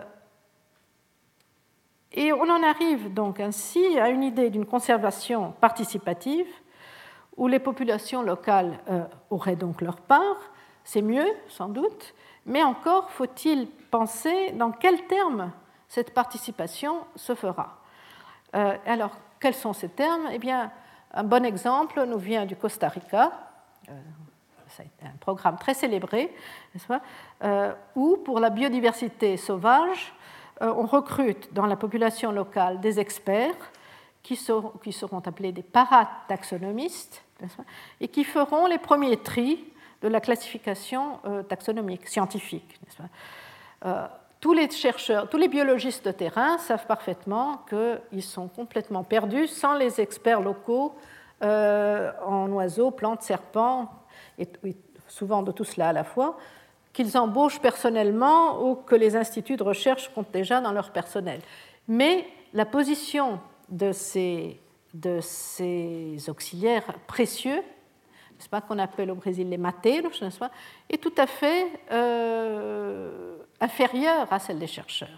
Et on en arrive donc ainsi à une idée d'une conservation participative où les populations locales auraient donc leur part. C'est mieux, sans doute, mais encore faut-il penser dans quels termes cette participation se fera. Alors, quels sont ces termes? Eh bien, un bon exemple nous vient du Costa Rica. C'est un programme très célébré, n'est-ce pas, où, pour la biodiversité sauvage, on recrute dans la population locale des experts qui seront appelés des parataxonomistes, n'est-ce pas, et qui feront les premiers tris de la classification taxonomique, scientifique, n'est-ce pas. Tous les chercheurs, tous les biologistes de terrain savent parfaitement qu'ils sont complètement perdus sans les experts locaux en oiseaux, plantes, serpents, et souvent de tout cela à la fois, qu'ils embauchent personnellement ou que les instituts de recherche comptent déjà dans leur personnel. Mais la position de ces auxiliaires précieux, n'est-ce pas, qu'on appelle au Brésil les mateiros, n'est-ce pas, est tout à fait inférieure à celle des chercheurs.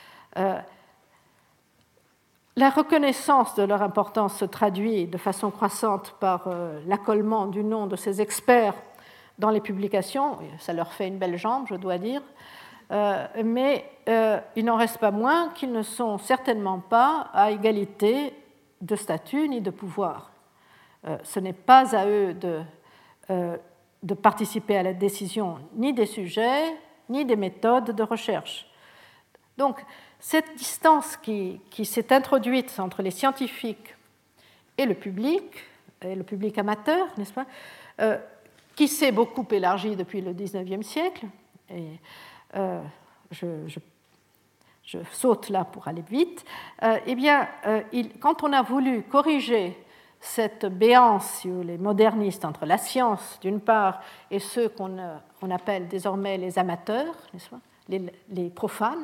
La reconnaissance de leur importance se traduit de façon croissante par l'accolement du nom de ces experts dans les publications. Ça leur fait une belle jambe, je dois dire, mais il n'en reste pas moins qu'ils ne sont certainement pas à égalité de statut ni de pouvoir. Ce n'est pas à eux de participer à la décision ni des sujets, ni des méthodes de recherche. Donc, cette distance qui s'est introduite entre les scientifiques et le public amateur, n'est-ce pas, qui s'est beaucoup élargie depuis le XIXe siècle, et je saute là pour aller vite, eh bien, quand on a voulu corriger cette béance, si vous voulez, moderniste entre la science, d'une part, et ceux qu'on appelle désormais les amateurs, n'est-ce pas, les profanes,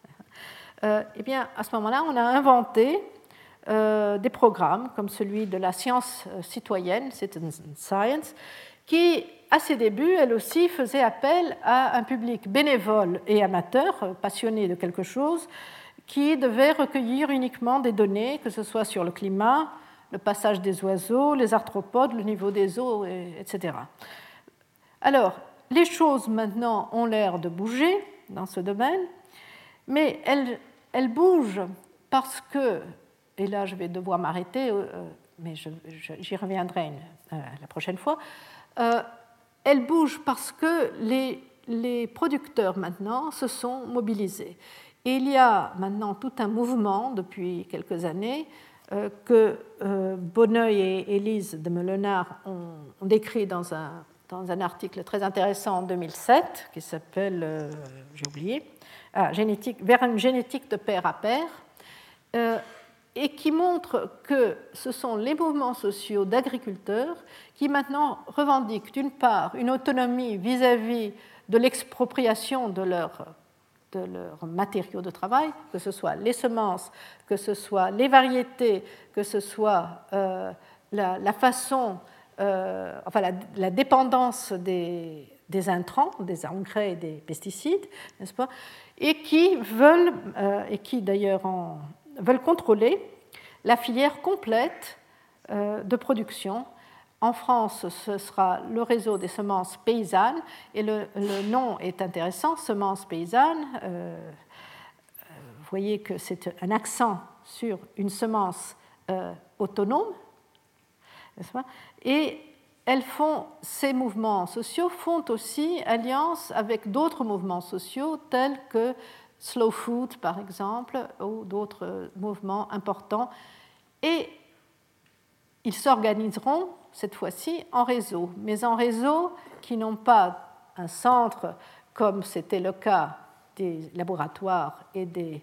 eh bien, à ce moment-là, on a inventé des programmes comme celui de la science citoyenne, Citizen Science, qui, à ses débuts, elle aussi faisait appel à un public bénévole et amateur, passionné de quelque chose, qui devait recueillir uniquement des données, que ce soit sur le climat, le passage des oiseaux, les arthropodes, le niveau des eaux, etc. Alors, les choses maintenant ont l'air de bouger dans ce domaine, mais elles bougent parce que, et là je vais devoir m'arrêter, mais j'y reviendrai la prochaine fois, elles bougent parce que les producteurs maintenant se sont mobilisés. Et il y a maintenant tout un mouvement depuis quelques années que Bonneuil et Élise de Meulenard ont décrit dans un article très intéressant en 2007 qui s'appelle, j'ai oublié, vers une génétique de pair à pair, et qui montre que ce sont les mouvements sociaux d'agriculteurs qui maintenant revendiquent d'une part une autonomie vis-à-vis de l'expropriation de leurs matériaux de travail, que ce soit les semences, que ce soit les variétés, que ce soit la façon, la dépendance des intrants, des engrais et des pesticides, n'est-ce pas, et qui d'ailleurs veulent contrôler la filière complète de production. En France, ce sera le réseau des semences paysannes, et le nom est intéressant, semences paysannes. Vous voyez que c'est un accent sur une semence autonome, n'est-ce pas ? Et ces mouvements sociaux font aussi alliance avec d'autres mouvements sociaux tels que Slow Food, par exemple, ou d'autres mouvements importants. Et ils s'organiseront, cette fois-ci, en réseau, mais en réseau qui n'ont pas un centre, comme c'était le cas des laboratoires et des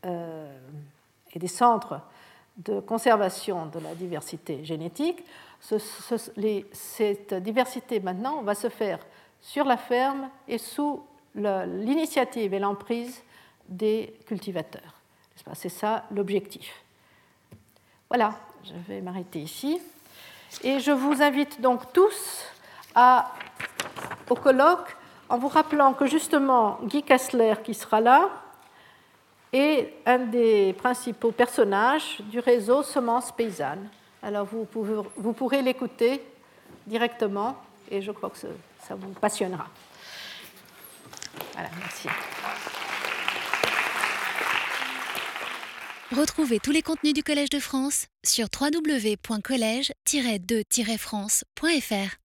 centres de conservation de la diversité génétique. Cette diversité, maintenant, va se faire sur la ferme et sous l'initiative et l'emprise des cultivateurs. C'est ça l'objectif. Voilà, je vais m'arrêter ici. Et je vous invite donc tous au colloque en vous rappelant que justement Guy Kessler, qui sera là, est un des principaux personnages du réseau Semences Paysannes. Alors vous pourrez l'écouter directement et je crois que ça vous passionnera. Voilà, merci. Retrouvez tous les contenus du Collège de France sur www.collège-2-france.fr.